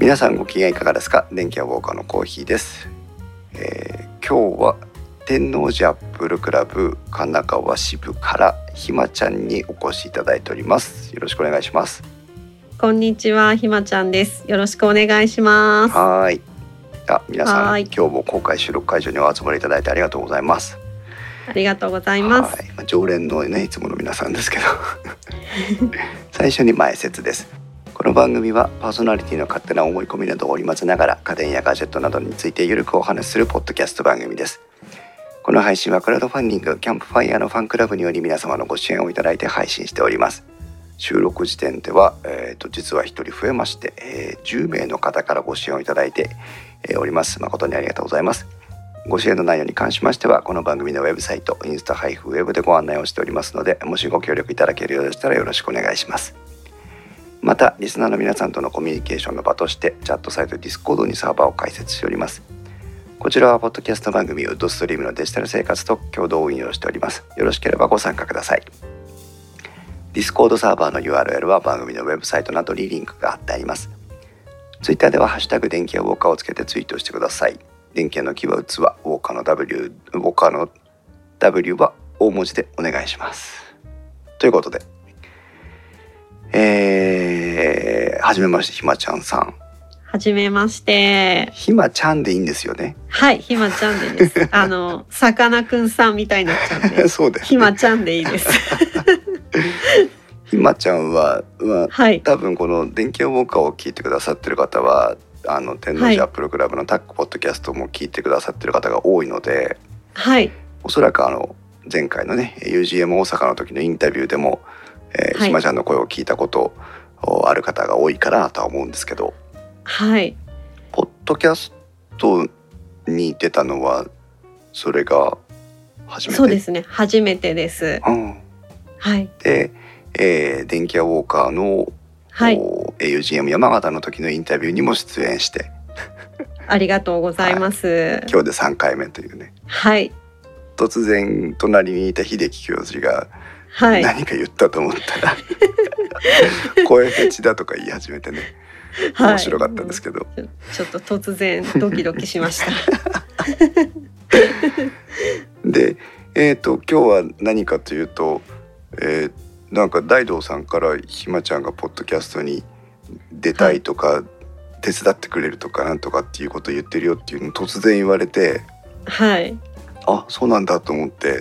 皆さんご機嫌いかがですか？電気屋ウォーカーのコーヒーです。今日は天王寺アップルクラブ神奈川支部からひまちゃんにお越しいただいております。よろしくお願いします。 こんにちは、ひまちゃんです。よろしくお願いします。 はい。皆さん今日も公開収録会場にお集まりいただいてありがとうございます。 ありがとうございます。 常連のね、いつもの皆さんですけど最初に前説です。この番組はパーソナリティの勝手な思い込みなどを織り交ぜながら家電やガジェットなどについてゆるくお話しするポッドキャスト番組です。この配信はクラウドファンディングキャンプファイヤーのファンクラブにより皆様のご支援をいただいて配信しております。収録時点では、実は1人増えまして、10名の方からご支援をいただいて、おります。誠にありがとうございます。ご支援の内容に関しましてはこの番組のウェブサイトインスタ配布ウェブでご案内をしておりますので、もしご協力いただけるようでしたらよろしくお願いします。またリスナーの皆さんとのコミュニケーションの場としてチャットサイト Discord にサーバーを開設しております。こちらはポッドキャスト番組ウッドストリームのデジタル生活と共同運用しております。よろしければご参加ください。Discord サーバーの URL は番組のウェブサイトなどにリンクが貼ってあります。Twitter ではハッシュタグ電気屋ウォーカーをつけてツイートしてください。電気屋のキーは器、ウォーカーの W は大文字でお願いします。ということで、はじめまして、ひまちゃんさん。 はじめまして。 ひまちゃんでいいんですよね。 はい、ひまちゃんでいいです。さかなクンさんみたいになっちゃうんでそうです、ね、 ひまちゃんでいいですひまちゃんは、 はい、 多分この電気屋ウォーカーを聞いてくださってる方は天王寺アップルクラブのタッグポッドキャストも聞いてくださってる方が多いので、 はい、 おそらく前回のね UGM 大阪の時のインタビューでも、ひまちゃんの声を聞いたことある方が多いかなとは思うんですけど、 はい、 ポッドキャストに出たのはそれが初めて。 そうですね、初めてです、はい、 で、電気屋ウォーカーの、 はい、 UGM 山形の時のインタビューにも出演してありがとうございます、はい、 今日で3回目というね。 はい、 突然隣にいた秀樹教授が何か言ったと思ったら、声フェチだとか言い始めてね、面白かったんですけど、 はい、ちょっと突然ドキドキしましたで、今日は何かというと、なんか大道さんからひまちゃんがポッドキャストに出たいとか、はい、手伝ってくれるとかなんとかっていうことを言ってるよっていうのを突然言われて、 はい、 あ、そうなんだと思って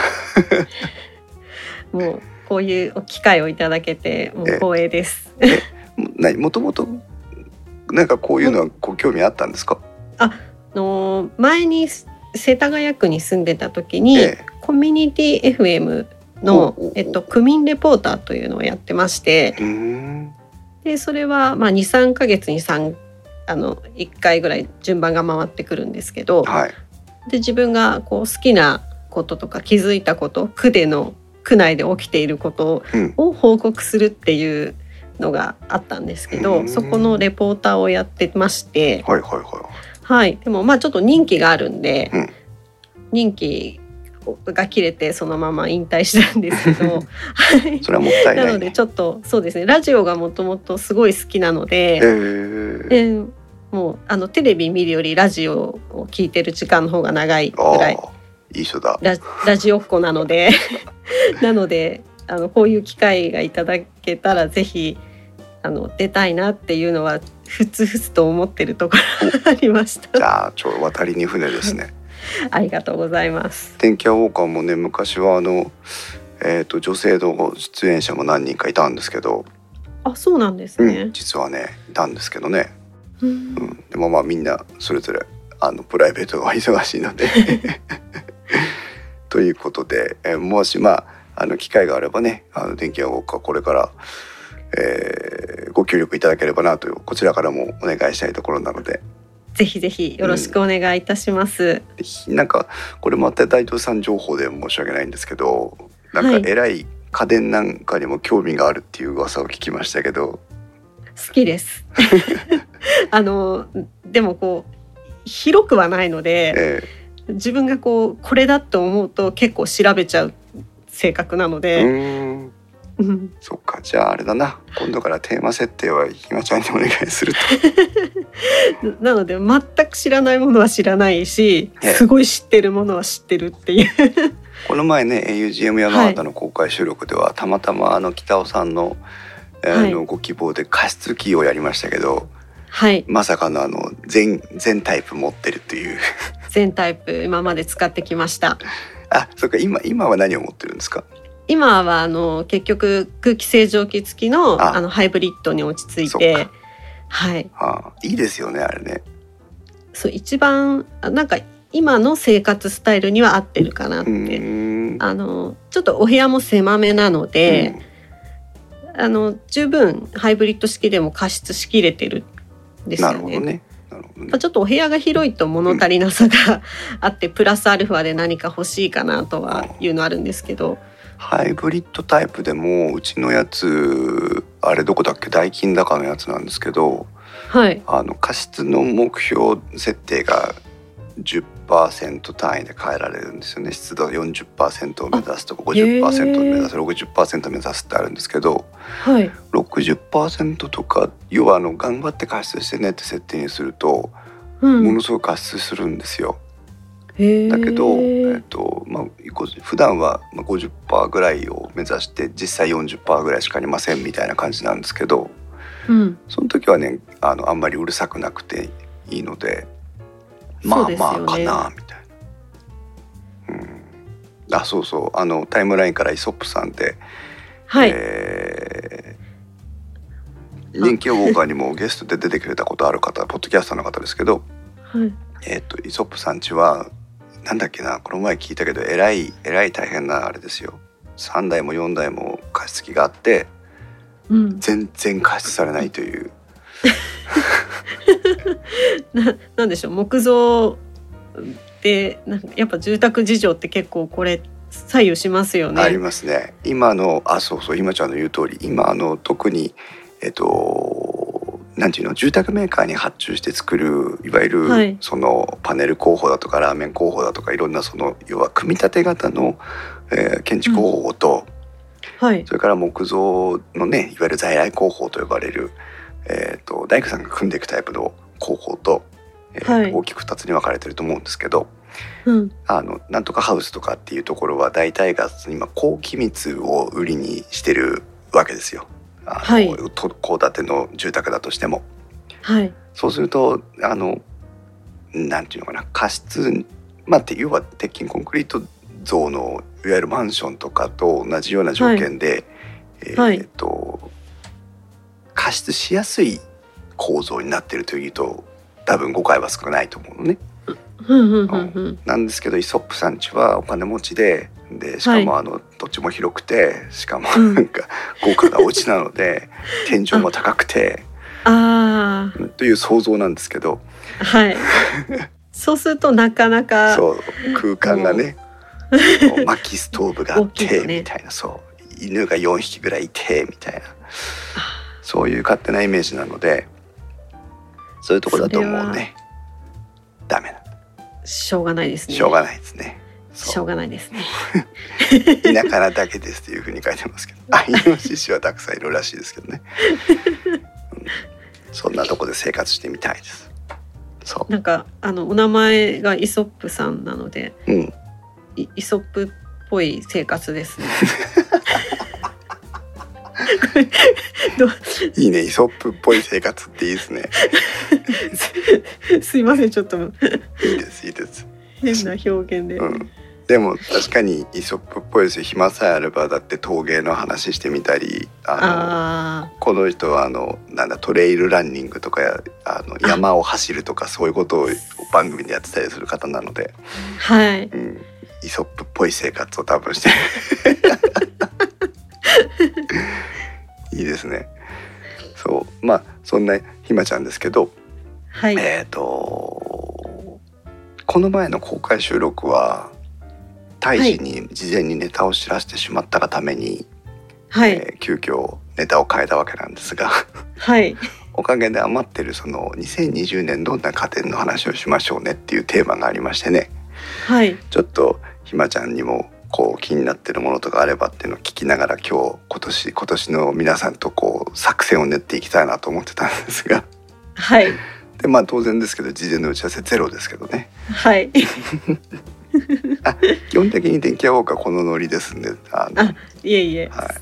もうこういう機会をいただけてもう光栄です。 もともとなんかこういうのはご興味あったんですか？ 前に世田谷区に住んでた時に、コミュニティ FM の区民レポーターというのをやってまして、でそれは2、3ヶ月に1回ぐらい順番が回ってくるんですけど、 はい、 で自分がこう好きなこととか気づいたこと、区内で起きていることを報告するっていうのがあったんですけど、そこのレポーターをやってまして、 はいはいはいはい、でもちょっと任期があるんで、任期が切れてそのまま引退したんですけどそれはもったいない、ね、 なのでちょっとそうですね、ラジオがもともとすごい好きなので、もうテレビ見るよりラジオを聞いてる時間の方が長いぐらいいい人だ、 ラジオっ子なのでなのでこういう機会がいただけたらぜひ出たいなっていうのはふつふつと思ってるところありました。 じゃあ渡りに船ですねありがとうございます。 電気屋ウォーカーもね、昔は女性の出演者も何人かいたんですけど、 あ、そうなんですね、 実はねいたんですけどね、でもみんなそれぞれプライベートが忙しいのでということで、もし機会があればね、電気屋ウォーカーこれから、ご協力いただければなという、こちらからもお願いしたいところなので、 ぜひぜひよろしくお願いいたします。 なんかこれまた大東さん情報で申し訳ないんですけど、なんか偉い家電なんかにも興味があるっていう噂を聞きましたけど。 好きですでもこう広くはないので、自分がこれだと思うと結構調べちゃう性格なので、 そっか、じゃああれだな、今度からテーマ設定はひまちゃんにお願いするとなので全く知らないものは知らないし、すごい知ってるものは知ってるっていうこの前ね AUGM 山形の公開収録では、たまたま北尾さんの、ご希望で加湿器をやりましたけど、まさかの全タイプ持ってるという全タイプ今まで使ってきました。 あ、そっか、今は何を持ってるんですか？ 今は結局空気清浄機付きのハイブリッドに落ち着いて、 いいですよね、あれね。 そう、一番なんか今の生活スタイルには合ってるかなって。ちょっとお部屋も狭めなので、十分ハイブリッド式でも加湿しきれてるんですよね。なるほどね。ちょっとお部屋が広いと物足りなさがあって、プラスアルファで何か欲しいかなとはいうのあるんですけど、 ハイブリッドタイプでもうちのやつ、あれどこだっけ、ダイキン高のやつなんですけど、加湿の目標設定が 10% 単位で変えられるんですよね。湿度 40% を目指すとか 50% を目指す、60% を目指すってあるんですけど、60% とか、要は頑張って加湿してねって設定にすると、ものすごく加湿するんですよ。だけど、普段は 50% ぐらいを目指して実際 40% ぐらいしかありませんみたいな感じなんですけど、その時はねあんまりうるさくなくていいので、まあまあかなみたいな。そうそう、タイムラインからイソップさんで、人気ウォーカーにもゲストで出てくれたことある方、ポッドキャスターの方ですけど、イソップさんちはなんだっけな、この前聞いたけど、えらい大変なあれですよ。3台も4台も加湿器があって、全然加湿されないというなんでしょう、木造でやっぱ住宅事情って結構これ左右しますよね。 ありますね。今のそうひまちゃんの言う通り、今特になんていうの、住宅メーカーに発注して作るいわゆる、そのパネル工法だとかラーメン工法だとか、いろんなその要は組み立て型の、建築工法と、それから木造のね、いわゆる在来工法と呼ばれる、大工さんが組んでいくタイプの工法と、大きく2つに分かれてると思うんですけど、なんとかハウスとかっていうところは大体が今高気密を売りにしてるわけですよ。戸建ての住宅だとしても、そうするとなんていうのかな、加湿、って要は鉄筋コンクリート像のいわゆるマンションとかと同じような条件で、加湿しやすい構造になっているというと多分誤解は少ないと思うのね。なんですけどイソップさんちはお金持ちでしかも土地も広くて、しかもなんか豪華なお家なので、天井も高くてという想像なんですけど、 そうするとなかなか空間がね、薪ストーブがあってみたいな、犬が4匹ぐらいいてみたいな、そういう勝手なイメージなので、そういうところだともうねダメな、 しょうがないですね。 しょうがないですね。 しょうがないですね。 田舎なだけですというふうに書いてますけど、イノシシはたくさんいるらしいですけどね。そんなとこで生活してみたいです。 なんかお名前がイソップさんなので、イソップっぽい生活ですね。 いいね、イソップっぽい生活っていいですね。 すいません、ちょっといいです変な表現で、 でも確かにイソップっぽいですよ。暇さえあればだって陶芸の話してみたり、この人はトレイルランニングとか山を走るとか、そういうことを番組でやってたりする方なので、イソップっぽい生活を多分してる。いいですね。そんなひまちゃんですけど、この前の公開収録は大使に事前にネタを知らせてしまったがために、急遽ネタを変えたわけなんですが、おかげで余ってるその2020年どんな家電の話をしましょうねっていうテーマがありましてね、ちょっとひまちゃんにもこう気になってるものとかあればっていうのを聞きながら今年の皆さんとこう作戦を練っていきたいなと思ってたんですが、 はい。 でまあ当然ですけど事前の打ち合わせゼロですけどね。 はい。 基本的に電気屋ウォーカーこのノリですんで、 いえいえ。 はい、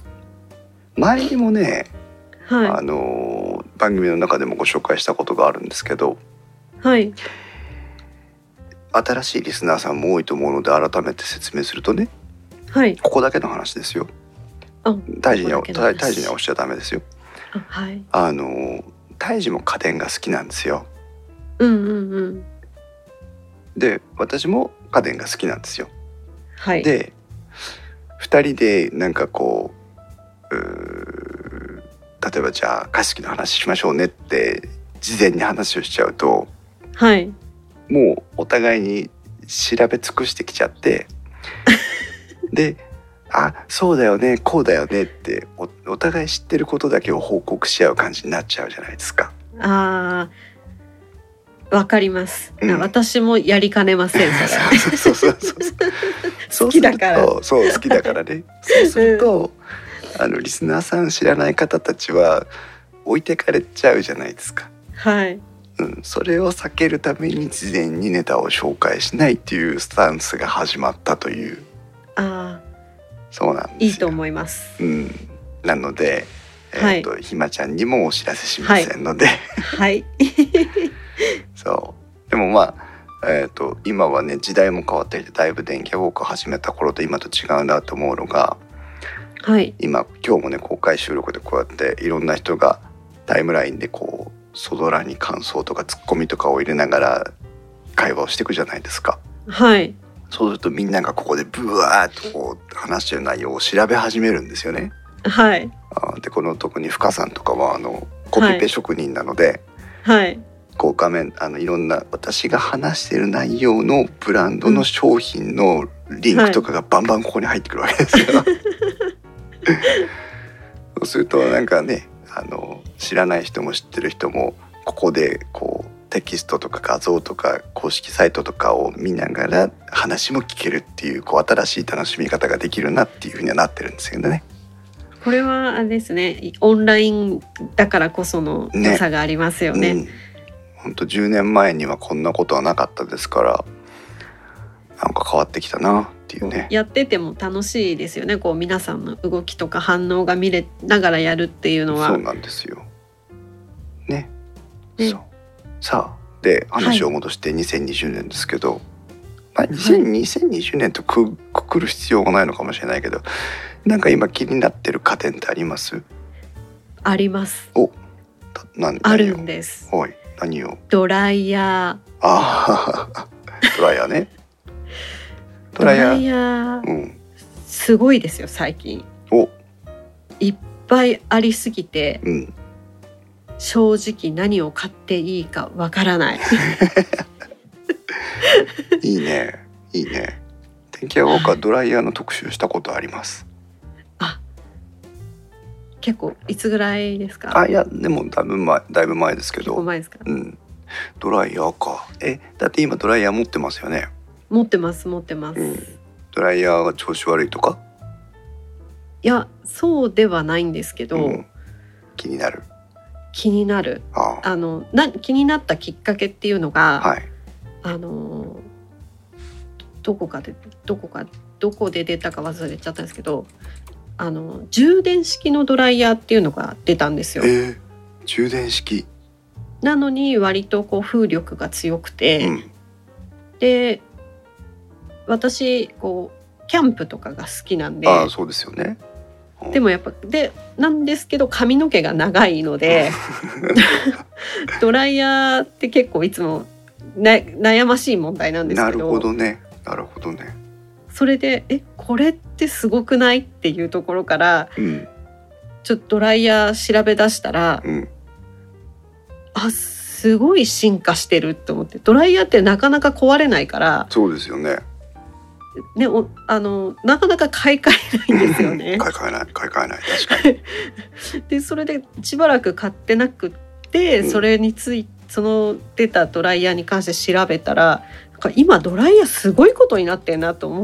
前にもね、 はい、 番組の中でもご紹介したことがあるんですけど、 はい、 新しいリスナーさんも多いと思うので改めて説明するとね、 はい、 ここだけの話ですよ。大事にはおっしゃダメですよ。 はい、 大事も家電が好きなんですよ。 うんうんうん。 で私も家電が好きなんですよ。 はい、 で2人でなんかこう例えばじゃあ加湿器の話しましょうねって事前に話をしちゃうと、 はい、 もうお互いに調べ尽くしてきちゃってでそうだよねこうだよねってお互い知ってることだけを報告し合う感じになっちゃうじゃないですか。 わかります、私もやりかねませんそれ好きだからそう好きだからねそうすると、リスナーさん知らない方たちは置いてかれちゃうじゃないですか。 はい、 それを避けるために事前にネタを紹介しないっていうスタンスが始まったという。そうなんですよ。 いいと思います。 なので、ひまちゃんにもお知らせしませんので、 はい。 そうでもまあ、今はね時代も変わっていてだいぶ電気屋ウォークを始めた頃と今と違うなと思うのが、 はい、 今日もね公開収録でこうやっていろんな人がタイムラインでこうそどらに感想とかツッコミとかを入れながら会話をしていくじゃないですか。 はい。 そうするとみんながここでブワーッとこう話してる内容を調べ始めるんですよね。 はい。 でこの特に深さんとかはコピペ職人なので、 はい、 こう画面いろんな私が話してる内容のブランドの商品のリンクとかがバンバンここに入ってくるわけですよ。そうするとなんかね知らない人も知ってる人もここでこうテキストとか画像とか公式サイトとかを見ながら話も聞けるっていう、こう新しい楽しみ方ができるなっていうふうにはなってるんですよね。 これはあれですね、オンラインだからこその良さがありますよね。 本当10年前にはこんなことはなかったですから、なんか変わってきたなっていうね。 やってても楽しいですよね。こう皆さんの動きとか反応が見れながらやるっていうのは。 そうなんですよ。ね。そうさあで話を戻して2020年ですけど、2020年とくくる必要がないのかもしれないけど、なんか今気になってる家電ってあります？ あります。 あるんです。 はい、何を？ ドライヤー。ドライヤーね。 ドライヤー、すごいですよ最近。いっぱいありすぎて、正直何を買っていいかわからない。 いいね、いいね。電気屋ウォーカードライヤーの特集したことあります。 結構いつぐらいですか？ いやでもだいぶ前ですけど。 結構前ですか？ ドライヤーか。だって今ドライヤー持ってますよね。 持ってます。 ドライヤーが調子悪いとか？ いやそうではないんですけど、 気になる。 気になったきっかけっていうのが、どこで出たか忘れちゃったんですけど、充電式のドライヤーっていうのが出たんですよ。 充電式なのに割とこう風力が強くて、で私こうキャンプとかが好きなんで、 そうですよね。 でもやっぱなんですけど髪の毛が長いのでドライヤーって結構いつも悩ましい問題なんですけど。 なるほどね。 それでこれってすごくないっていうところから、ちょっとドライヤー調べ出したら、すごい進化してると思って。ドライヤーってなかなか壊れないから。 そうですよね。 なかなか買い替えないんですよね。 買い替えない確かに。 でそれでしばらく買ってなくって、それにその出たドライヤーに関して調べたら今ドライヤーすごいことになってんなと思って。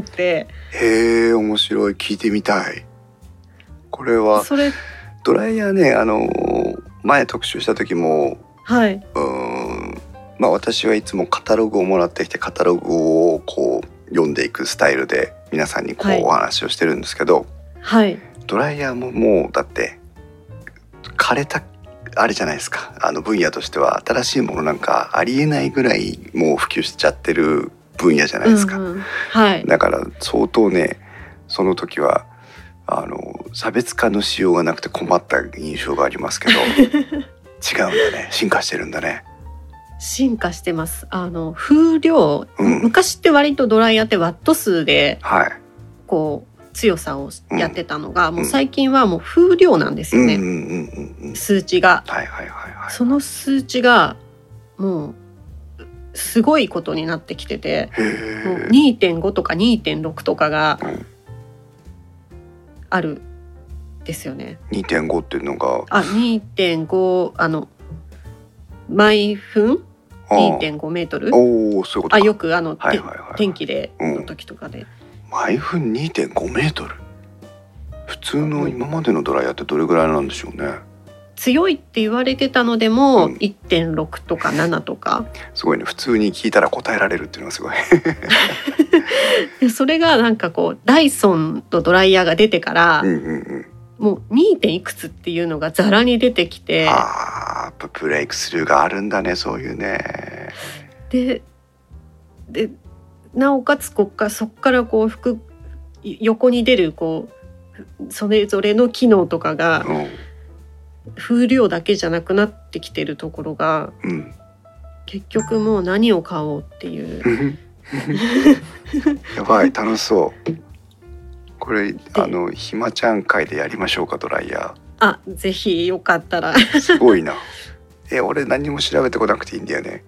へえ、面白い、聞いてみたい。これはドライヤーね、前特集した時も、 はい、 私はいつもカタログをもらってきて、カタログをこう読んでいくスタイルで皆さんにこうお話をしてるんですけど、 はい、 ドライヤーももうだって枯れたあれじゃないですか。分野としては新しいものなんかありえないぐらいもう普及しちゃってる分野じゃないですか。 はい、 だから相当ね、その時は差別化のしようがなくて困った印象がありますけど違うんだね、進化してるんだね。 進化してます。風量、昔って割とドライヤーってワット数で、こう強さをやってたのが、もう最近はもう風量なんですよね、数値が、その数値がもうすごいことになってきてて、もう 2.5 とか 2.6 とかがあるんですよね。 2.5 っていうのが 2.5 毎分 2.5 メートル。 おー、そういうことか。 よく天気での時とかで、 毎分 2.5 メートル。普通の今までのドライヤーってどれぐらいなんでしょうね。 強いって言われてたのでも 1.6 とか7とか、 すごいね、普通に聞いたら答えられるっていうのがすごいでそれがなんかこうダイソンのドライヤーが出てから、もう 2. 点いくつっていうのがざらに出てきて、 やっぱブレイクスルーがあるんだね、そういうね。 でなおかつそっからこう横に出るこうそれぞれの機能とかが、風量だけじゃなくなってきてるところが、結局もう何を買おうっていうやばい、楽しそう。これひまちゃん会でやりましょうか、ドライヤー。ぜひよかったらすごいな。俺何も調べてこなくていいんだよね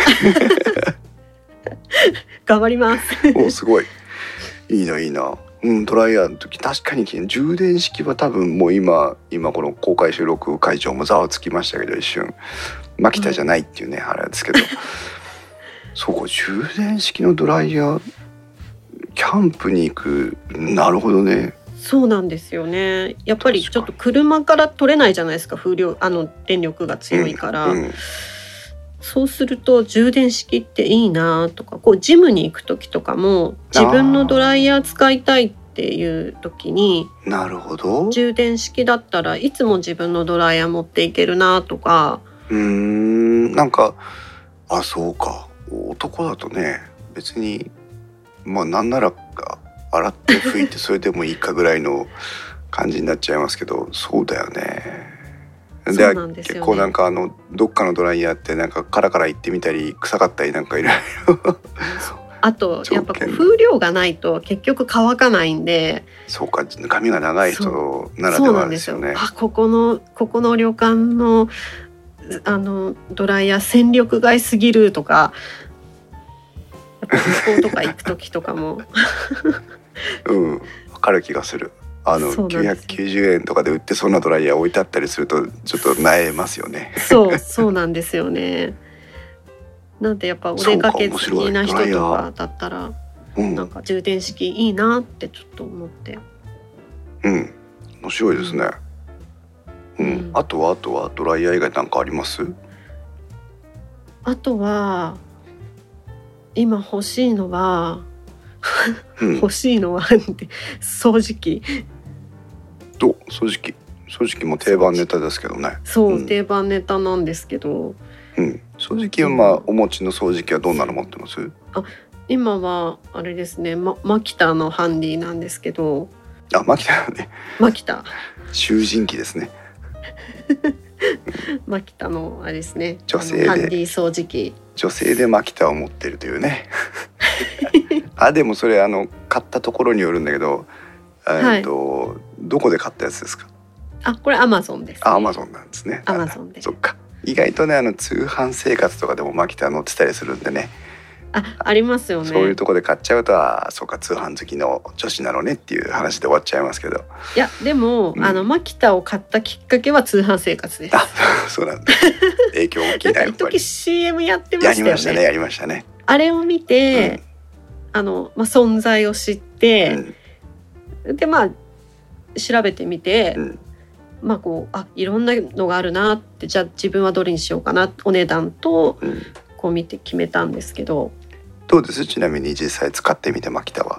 頑張りますお、すごいいいな、いいな。ドライヤーの時確かに充電式は多分もう今この公開収録会場もざわつきましたけど、一瞬マキタじゃないっていうね、あれですけどそうか、充電式のドライヤーキャンプに行く。なるほどね。 そうなんですよね。やっぱりちょっと車から取れないじゃないですか、風量電力が強いから、そうすると充電式っていいなとか、こうジムに行く時とかも自分のドライヤー使いたいっていう時に、 なるほど、 充電式だったらいつも自分のドライヤー持っていけるなとか。 なんかそうか、男だとね、別になんなら洗って拭いてそれでもいいかぐらいの感じになっちゃいますけど、そうだよね。 そうなんですよね。 結構なんかどっかのドライヤーってなんかカラカラ言ってみたり臭かったりなんかいろいろあとやっぱ風量がないと結局乾かないんで。 そうか、髪が長い人ならではですよね。 ここの旅館のドライヤー戦力外すぎるとか、やっぱ旅行とか行く時とかも分かる気がする。990円とかで売ってそんなドライヤー置いてあったりするとちょっと萎えますよねそうなんですよね。なんでやっぱお出かけ好きな人とかだったら、なんか充電式いいなってちょっと思って。 面白いですね。あとはドライヤー以外なんかあります？ あとは今欲しいのは欲しいのはって掃除機。 掃除機も定番ネタですけどね。 定番ネタなんですけど、 掃除機はお持ちの掃除機はどんなの持ってます？ 今はあれですね、マキタのハンディなんですけど。 マキタね。 マキタ集塵機ですねマキタのあれですね、 女性でハンディ掃除機。 女性でマキタを持ってるというねでもそれ買ったところによるんだけど、どこで買ったやつですか？ これアマゾンです、ね。 アマゾンなんですね。 アマゾンで。 そっか。意外とね通販生活とかでもマキタ乗ってたりするんでね。 ありますよね。 そういうとこで買っちゃうとそうか、通販好きの女子なのねっていう話で終わっちゃいますけど。 いやでも、マキタを買ったきっかけは通販生活です。 そうなんだ。影響大きいなやっぱり。 一時 CM やってましたよね。 やりましたね。 あれを見て、存在を知って、で調べてみて、いろんなのがあるなって、じゃあ自分はどれにしようかな、お値段とこう見て決めたんですけど。 どうです？ちなみに実際使ってみてマキタは。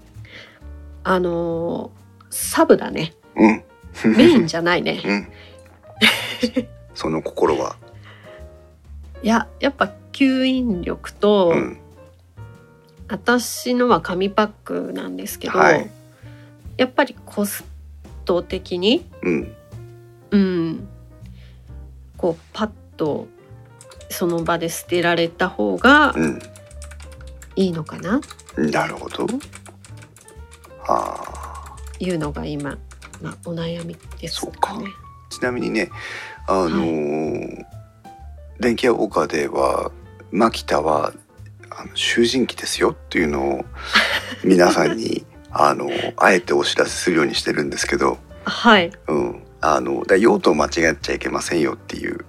サブだね。メインじゃないね。 その心は。 やっぱ吸引力と、私のは紙パックなんですけど、やっぱりコスト的に、こうパッとその場で捨てられた方がいいのかな。 なるほど。 いうのが今、お悩みですかね。 ちなみにね、電気屋ウォーカーではマキタは集塵機ですよっていうのを皆さんにあえてお知らせするようにしてるんですけど、用途を間違っちゃいけませんよっていう。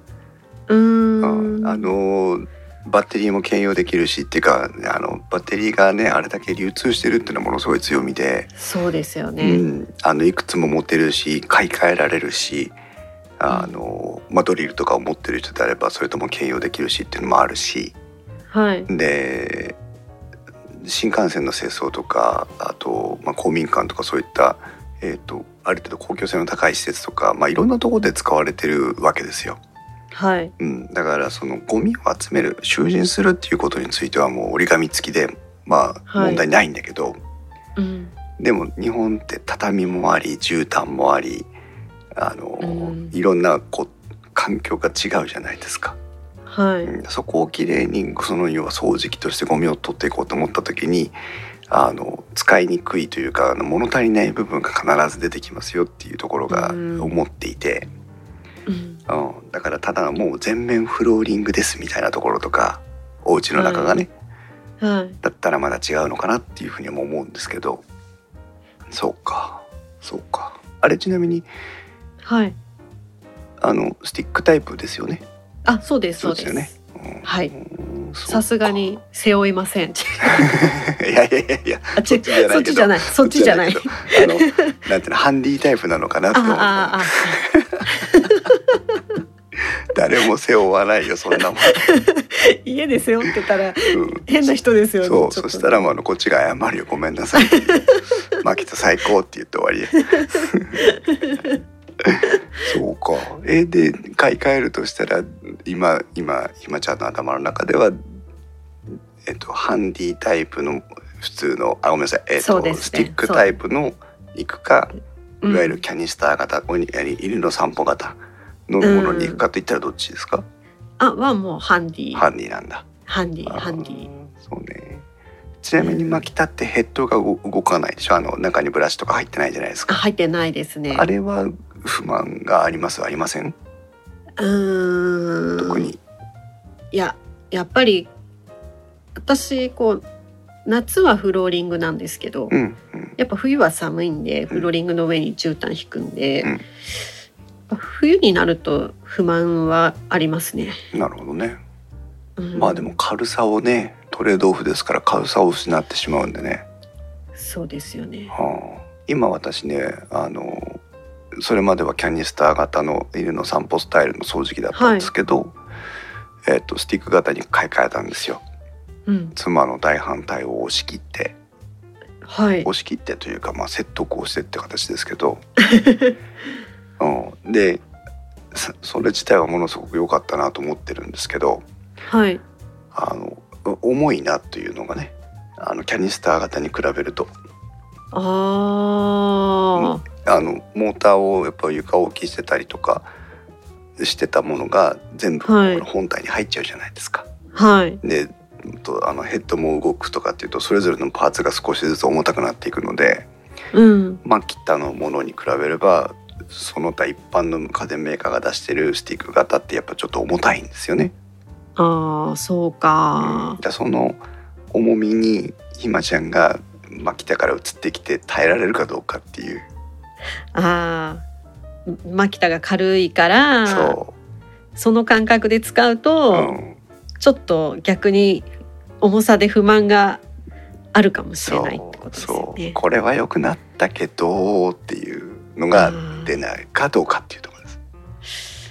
バッテリーも兼用できるしっていうか、バッテリーがねあれだけ流通してるっていうのはものすごい強みで。 そうですよね。 いくつも持てるし買い替えられるし、ドリルとかを持ってる人であればそれとも兼用できるしっていうのもあるし、で新幹線の清掃とか、あと、公民館とかそういった、ある程度公共性の高い施設とか、いろんなところで使われてるわけですよ。だからそのゴミを集める、集塵するっていうことについてはもう折り紙付きで問題ないんだけど、でも日本って畳もあり絨毯もあり、いろんな環境が違うじゃないですか。そこをきれいにその要は掃除機としてゴミを取っていこうと思った時に使いにくいというか物足りない部分が必ず出てきますよっていうところが思っていて、だからただもう全面フローリングですみたいなところとかお家の中がね、だったらまだ違うのかなっていうふうにも思うんですけど。そうか。あれちなみにスティックタイプですよね。 そうですそうですよね。さすがに背負いません。いやそっちじゃない。なんていうの、ハンディタイプなのかなって思った。誰も背負わないよそんなもん。 家で背負ってたら変な人ですよね。 そしたらこっちが謝るよ、ごめんなさい。マキタ最高って言って終わり。そうか。で買い替えるとしたら今ひまちゃんの頭の中ではハンディタイプの普通のごめんなさい、スティックタイプの行くか、いわゆるキャニスター型、犬の散歩型のものに行くかといったらどっちですか？ はもうハンディなんだ。 ハンディ。 そうね。ちなみにマキタってヘッドが動かないでしょ。中にブラシとか入ってないじゃないですか。 入ってないですね。 あれは不満があります？ありません？特に。やっぱり私夏はフローリングなんですけど、やっぱ冬は寒いんでフローリングの上に絨毯引くんで、冬になると不満はありますね。 なるほどね。でも軽さをね、トレードオフですから軽さを失ってしまうんでね。 そうですよね。 今私ねそれまではキャニスター型の犬の散歩スタイルの掃除機だったんですけど、スティック型に買い替えたんですよ。妻の大反対を押し切って、押し切ってというか説得をしてって形ですけど、でそれ自体はものすごく良かったなと思ってるんですけど、重いなというのがね、キャニスター型に比べると。モーターをやっぱ床置きしてたりとかしてたものが全部本体に入っちゃうじゃないですか。でヘッドも動くとかっていうとそれぞれのパーツが少しずつ重たくなっていくので、マキタのものに比べればその他一般の家電メーカーが出してるスティック型ってやっぱちょっと重たいんですよね。 そうか。 その重みにひまちゃんがマキタから移ってきて耐えられるかどうかっていう。 マキタが軽いからその感覚で使うと、ちょっと逆に重さで不満があるかもしれないってことですよね。 これは良くなったけどっていうのが出ないかどうかっていうところです。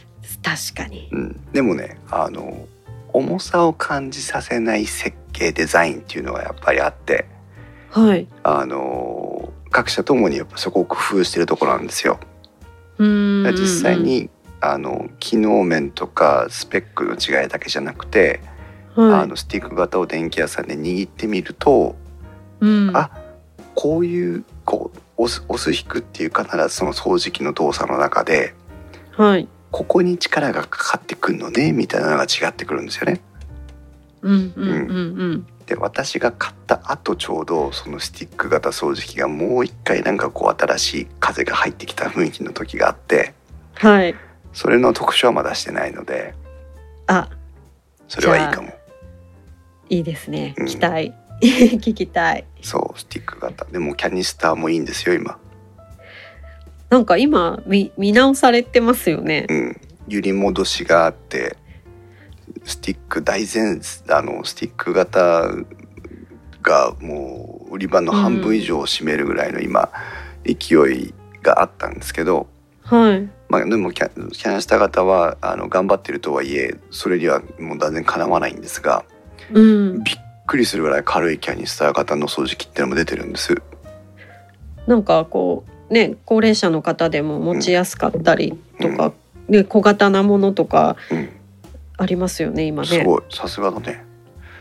確かに、 でもね重さを感じさせない設計デザインっていうのがやっぱりあって、 はい、 各社ともにやっぱそこを工夫してるところなんですよ。実際に機能面とかスペックの違いだけじゃなくて、スティック型を電気屋さんで握ってみると、こういう押す引くっていう必ずその掃除機の動作の中で、ここに力がかかってくるのねみたいなのが違ってくるんですよね。で私が買った後ちょうどそのスティック型掃除機がもう一回なんか新しい風が入ってきた雰囲気の時があって、それの特徴はまだしてないので、それはいいかも。 いいですね、期待聞きたい。 そうスティック型でもキャニスターもいいんですよ今。 なんか今 見直されてますよね。 揺り戻しがあってスティックスティック型がもう売り場の半分以上を占めるぐらいの今勢いがあったんですけど、でもキャニスター型は頑張ってるとはいえそれにはもう断然かなわないんですが、びっくりするぐらい軽いキャニスター型の掃除機ってのも出てるんです。 なんかこうね、高齢者の方でも持ちやすかったりとか、小型なものとかありますよね、今ね。 すごいさすがだね。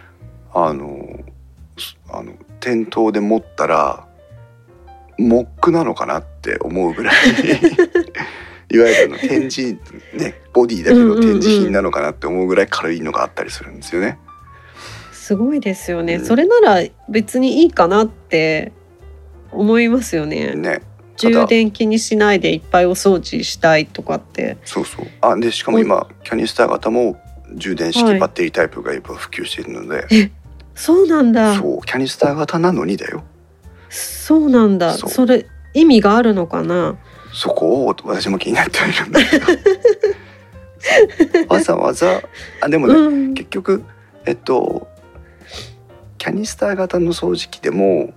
店頭で持ったらモックなのかなって思うぐらいいわゆる展示ね、ボディだけの展示品なのかなって思うぐらい軽いのがあったりするんですよね。 すごいですよね、それなら別にいいかなって思いますよね。充電気にしないでいっぱいお掃除したいとかって。 でしかも今キャニスター型も充電式バッテリータイプが今普及しているので、 そうなんだ。 キャニスター型なのにだよ。 そうなんだ。それ意味があるのかな。 そこを私も気になっているんだけどわざわざでもね、結局キャニスター型の掃除機でも、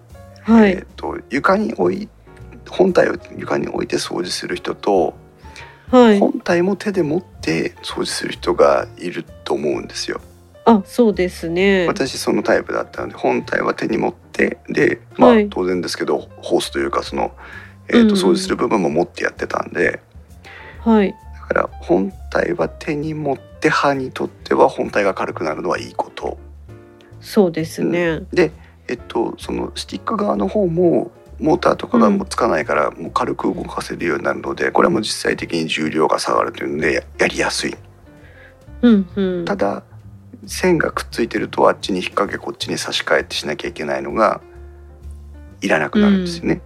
本体を床に置いて掃除する人と、本体も手で持って掃除する人がいると思うんですよ。 そうですね。 私そのタイプだったので本体は手に持ってで、当然ですけどホースというかその、掃除する部分も持ってやってたんで、だから本体は手に持って歯にとっては本体が軽くなるのはいいこと。 そうですね。 で、そのスティック側の方もモーターとかがもうつかないからもう軽く動かせるようになるので、これも実際的に重量が下がるというのでやりやすい。ただ線がくっついてるとあっちに引っ掛けこっちに差し替えてしなきゃいけないのがいらなくなるんですよね。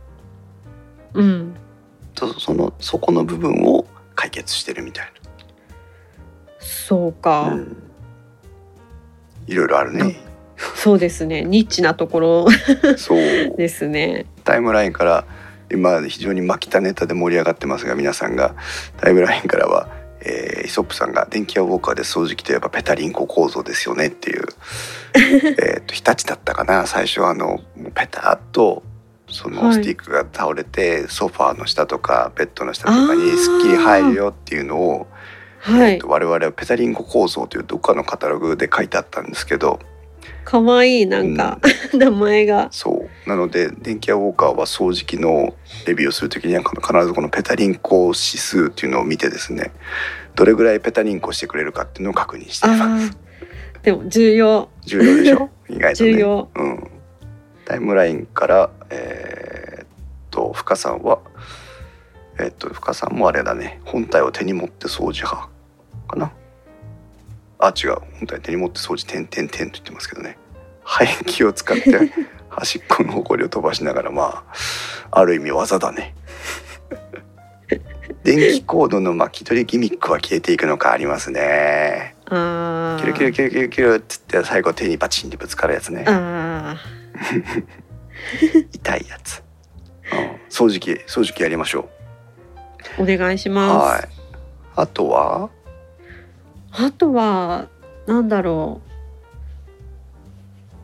そこの部分を解決してるみたいな。 そうか、 いろいろあるね。 そうですね、ニッチなところですね。 タイムラインから今非常にマキタネタで盛り上がってますが、皆さんがタイムラインからは、イソップさんが電気屋ウォーカーで掃除機といえばペタリンコ構造ですよねっていう日立だったかな、最初もうペタッとそのスティックが倒れて、ソファーの下とかベッドの下とかにすっきり入るよっていうのを、我々はペタリンコ構造というどっかのカタログで書いてあったんですけど、 かわいいなんか、名前が。 そうなので電気屋ウォーカーは掃除機のレビューをするときには必ずこのペタリンコ指数っていうのを見てですね、どれぐらいペタリンコしてくれるかっていうのを確認しています。 でも重要でしょ意外とね。 重要。 タイムラインから深さんは深さんもあれだね、本体を手に持って掃除派かな。違う、本体手に持って掃除点と言ってますけどね。排気を使って端っこのほこりを飛ばしながら、ある意味技だね。電気コードの巻き取りギミックは消えていくのかありますね。キュルキュルキュルキュルキュルっつって最後手にバチンってぶつかるやつね。痛いやつ。掃除機やりましょう。お願いします。 あとはなんだろ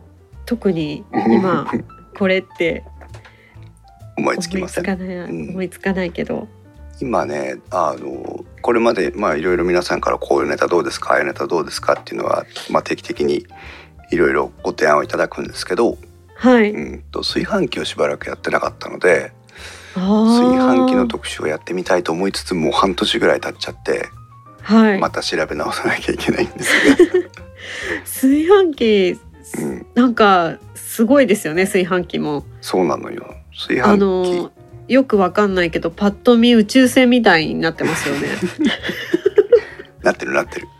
特に今これって思いつきません。 思いつかないけど、 今ねこれまでいろいろ皆さんからこういうネタどうですか、ああいうネタどうですかっていうのは、定期的にいろいろご提案をいただくんですけど、 はい、 炊飯器をしばらくやってなかったので、炊飯器の特集をやってみたいと思いつつもう半年ぐらい経っちゃって、 はい、 また調べ直さなきゃいけないんですけど炊飯器、なんかすごいですよね。炊飯器もそうなのよ。炊飯器よくわかんないけどパッと見宇宙船みたいになってますよねなってる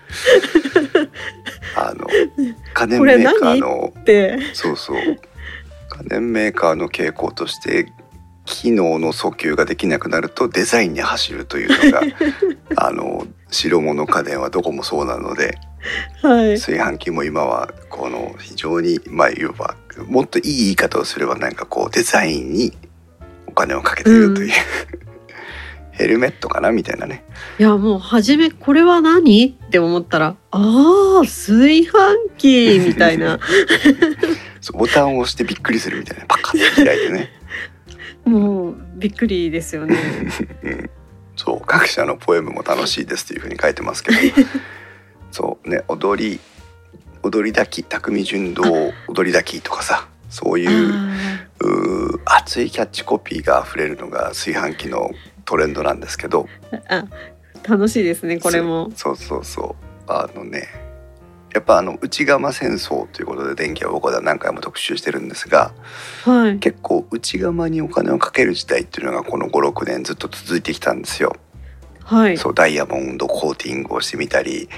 家電メーカーのそう家電メーカーの傾向として機能の訴求ができなくなるとデザインに走るというのが白物家電はどこもそうなので、 はい、 炊飯器も今はこの非常にいわばもっといい言い方をすればなんかこうデザインにお金をかけているという、ヘルメットかなみたいなね。 いやもう初めこれは何って思ったら炊飯器みたいなそうボタンを押してびっくりするみたいな、パカッと開いてねもうびっくりですよねそう各社のポエムも楽しいですというふうに書いてますけどそうね、踊り炊き匠純道踊り炊きとかさ、そういう熱いキャッチコピーがあふれるのが炊飯器のトレンドなんですけど、 楽しいですねこれも。 そうやっぱ内釜戦争ということで電気は僕は何回も特集してるんですが、 はい、 結構内釜にお金をかける時代っていうのがこの 5,6 年ずっと続いてきたんですよ。 はい、 そうダイヤモンドコーティングをしてみたり、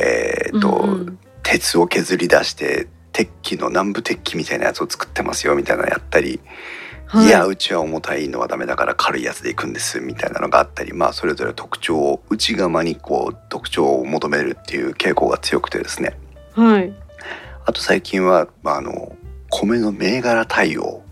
鉄を削り出して鉄器の南部鉄器みたいなやつを作ってますよみたいなのやったり、いやうちは重たいのはダメだから軽いやつでいくんですみたいなのがあったり、それぞれ特徴を内釜にこう特徴を求めるっていう傾向が強くてですね、 はい、 あと最近は米の銘柄対応、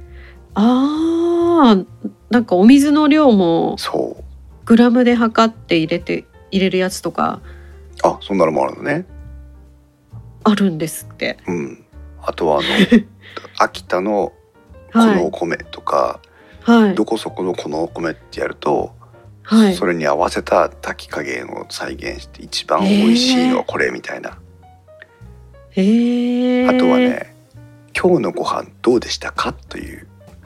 なんかお水の量もそうグラムで測って入れるやつとかそんなのもあるのね。 あるんですって。 あとは秋田のこのお米とか、 はい、 どこそこのこのお米ってやると、 はい、 それに合わせた炊き加減を再現して一番美味しいのはこれみたいな。あとはね、今日のご飯どうでしたかという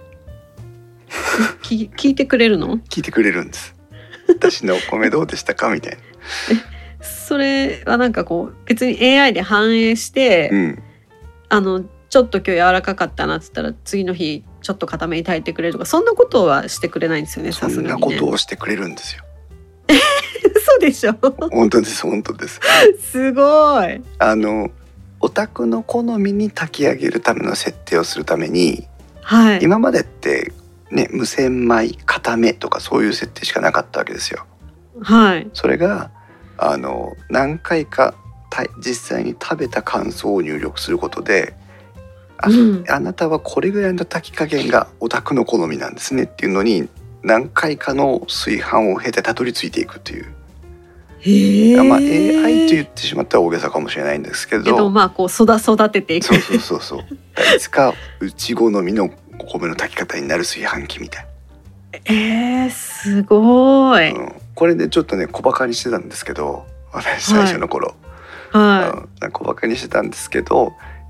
聞いてくれるの？聞いてくれるんです。私のお米どうでしたかみたいなそれはなんかこう別に AI で反映して、ちょっと今日柔らかかったなっつったら次の日ちょっと固めに炊いてくれるとか、そんなことはしてくれないんですよね。さすがにね。 そんなことをしてくれるんですよ嘘でしょ？ 本当です本当ですすごい。 お宅の好みに炊き上げるための設定をするために、 はい、 今までってね無洗米固めとかそういう設定しかなかったわけですよ。 はい、 それが何回か実際に食べた感想を入力することで、あなたはこれぐらいの炊き加減がお宅の好みなんですねっていうのに何回かの炊飯を経てたどり着いていくという。AI と言ってしまったら大げさかもしれないんですけど、 こう育てていく。 そういつかうち好みのお米の炊き方になる炊飯器みたい。 すごい、 これでちょっとね小バカにしてたんですけど、私最初の頃、小バカにしてたんですけど、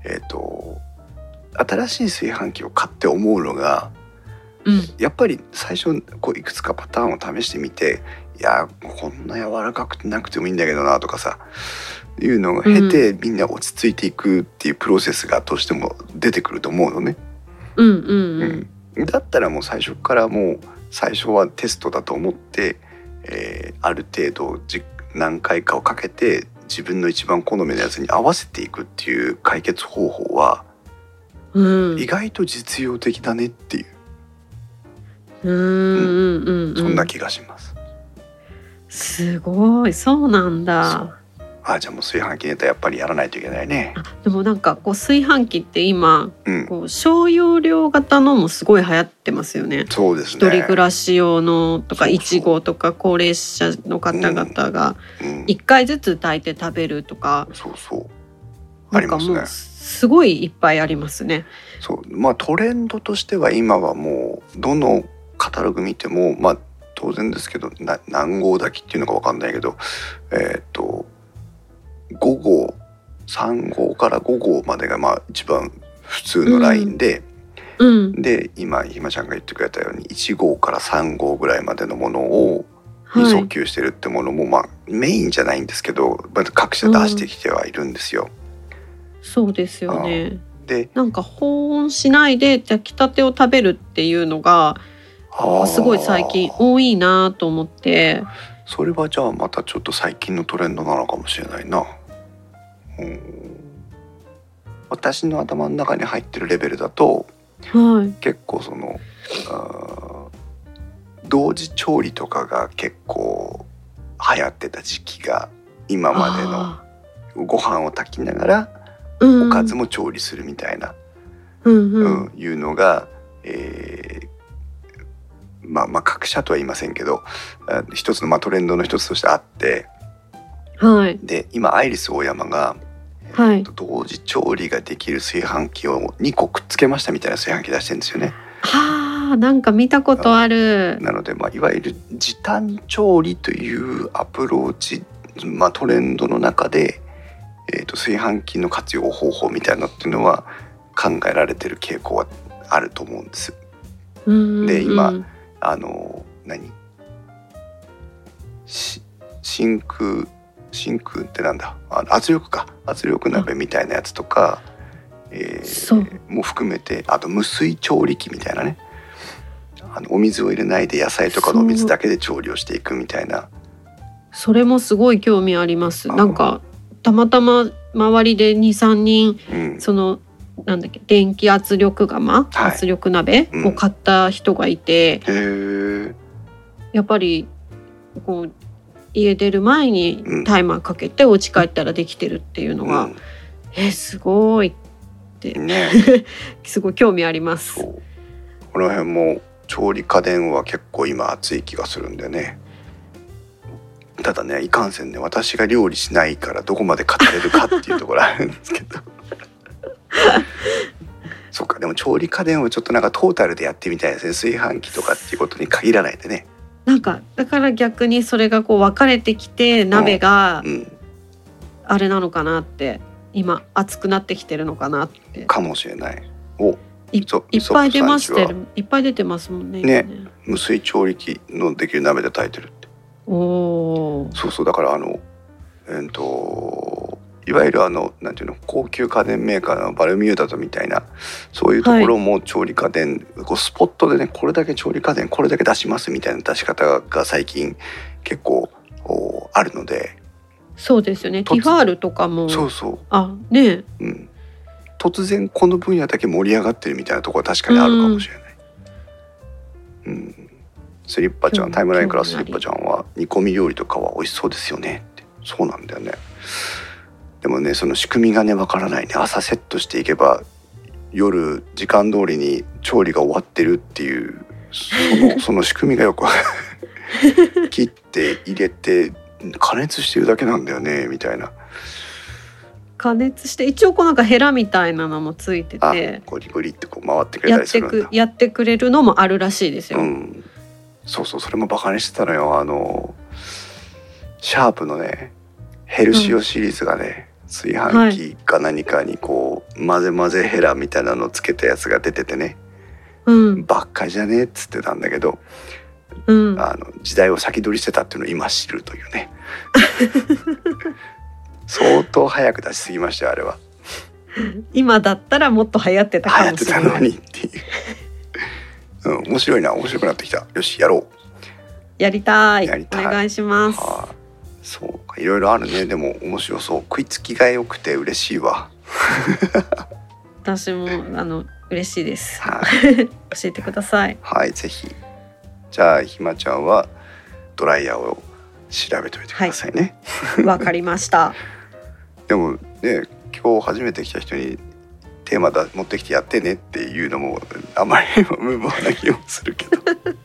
新しい炊飯器を買って思うのが、やっぱり最初こういくつかパターンを試してみて、いやこんな柔らかくてなくてもいいんだけどなとかさいうのを経て、みんな落ち着いていくっていうプロセスがどうしても出てくると思うのね。だったらもう最初から最初はテストだと思って、ある程度何回かをかけて自分の一番好みのやつに合わせていくっていう解決方法は、意外と実用的だねっていう、そんな気がします。 すごい、そうなんだ。 じゃあもう炊飯器ネタやっぱりやらないといけないね。 でもなんかこう炊飯器って今、こう小容量型のもすごい流行ってますよね。 そうですね。 一人暮らし用のとか1号とか高齢者の方々が1回ずつ炊いて食べるとか、 なんかもうすごいいっぱいありますね。 そう、まあトレンドとしては今はもうどのカタログ見ても、まあ当然ですけど何号炊きっていうのか分かんないけど、5号3号から5号までがまあ一番普通のラインで、で今ひまちゃんが言ってくれたように1号から3号ぐらいまでのものをに訴求してるってものも、まあメインじゃないんですけど、まあ、各社出してきてはいるんですよ。 そうですよね。でなんか保温しないで炊きたてを食べるっていうのがすごい最近多いなと思って。 それはじゃあまたちょっと最近のトレンドなのかもしれないな。私の頭の中に入ってるレベルだと、結構その同時調理とかが結構流行ってた時期が今までのご飯を炊きながらおかずも調理するみたいな、いうのが、まあ各社とは言いませんけど一つのまあトレンドの一つとしてあって、で今アイリスオーヤマが、同時調理ができる炊飯器を2個くっつけましたみたいな炊飯器出してるんですよね。 なんか見たことある。 なので、まあ、いわゆる時短調理というアプローチ、まあ、トレンドの中で、炊飯器の活用方法みたいなっていうのは考えられてる傾向はあると思うんです。で今真空ってなんだ、圧力鍋みたいなやつとか、も含めて、あと無水調理器みたいなね、お水を入れないで野菜とかのお水だけで調理をしていくみたいな。 それもすごい興味あります。なんかたまたま周りで 2,3 人、そのなんだっけ電気圧力釜、圧力鍋を買った人がいて、やっぱりこう家出る前にタイマーかけてお家帰ったらできてるっていうのが、すごいって、すごい興味あります。 この辺も調理家電は結構今熱い気がするんでね。ただね、いかんせんね、私が料理しないからどこまで語れるかっていうところあるんですけどそっか、でも調理家電をちょっとなんかトータルでやってみたいですね。炊飯器とかっていうことに限らないでね。 なんかだから逆にそれがこう分かれてきて鍋があれなのかなって、今熱くなってきてるのかなってかもしれない。 いっぱい出ましてる、いっぱい出てますもんね。 無水調理器のできる鍋で炊いてるって。そうだからいわゆるなんていうの、高級家電メーカーのバルミューダとみたいなそういうところも調理家電、こうスポットでね、これだけ調理家電これだけ出しますみたいな出し方が最近結構あるので。 そうですよね。ティファールとかも突然この分野だけ盛り上がってるみたいなところは確かにあるかもしれない。スリッパちゃん、タイムラインからスリッパちゃんは煮込み料理とかは美味しそうですよねって。そうなんだよね。でもね、その仕組みがねわからないね。朝セットしていけば夜時間通りに調理が終わってるっていうその仕組みがよく切って入れて加熱してるだけなんだよねみたいな。 加熱して一応こうなんかヘラみたいなのもついてて、 ゴリゴリってこう回ってくれたりするんだ。 やってくれるのもあるらしいですよ。 そう、それもバカにしてたのよ。シャープのねヘルシオシリーズがね、炊飯器か何かにこう混ぜヘラみたいなのをつけたやつが出ててね、ばっかじゃねえっつってたんだけど、時代を先取りしてたっていうのを今知るというね相当早く出しすぎましたよ、あれは。 今だったらもっと流行ってたかもしれない。 流行ってたのにっていう面白いな、面白くなってきた。よし、やろう。 やりたい。お願いします。 そうか、いろいろあるね。でも面白そう。食いつきが良くて嬉しいわ私も嬉しいです、教えてください。 はい、ぜひ。じゃあひまちゃんはドライヤーを調べておいてくださいね。 わかりましたでもね、今日初めて来た人にテーマ持ってきてやってねっていうのもあまりにも無謀な気もするけど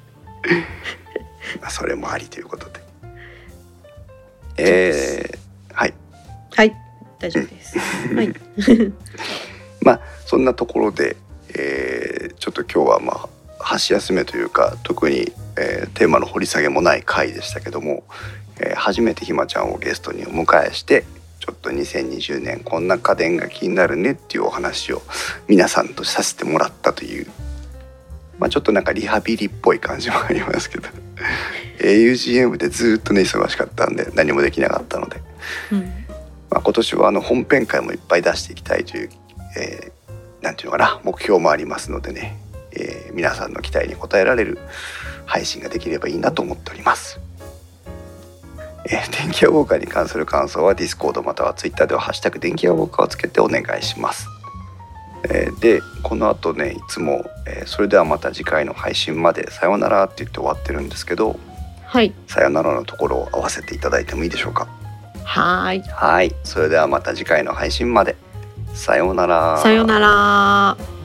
それもありということで、はい大丈夫です。はい。 まあそんなところで、ちょっと今日はまあ箸休めというか特に、テーマの掘り下げもない回でしたけども、初めてひまちゃんをゲストにお迎えしてちょっと2020年こんな家電が気になるねっていうお話を皆さんとさせてもらったという、まあ、ちょっとなんかリハビリっぽい感じもありますけどUGM でずっとね忙しかったんで何もできなかったので、まあ、今年は本編会もいっぱい出していきたいという、なんていうのかな目標もありますのでね、皆さんの期待に応えられる配信ができればいいなと思っております。電気屋ウォーカーに関する感想は Discord または Twitter ではハッシュタグ電気屋ウォーカーをつけてお願いします。でこの後ねいつも、それではまた次回の配信までさようならって言って終わってるんですけど、 はい、 さよならのところを合わせていただいてもいいでしょうか。 はい、 それではまた次回の配信までさようなら。 さようなら。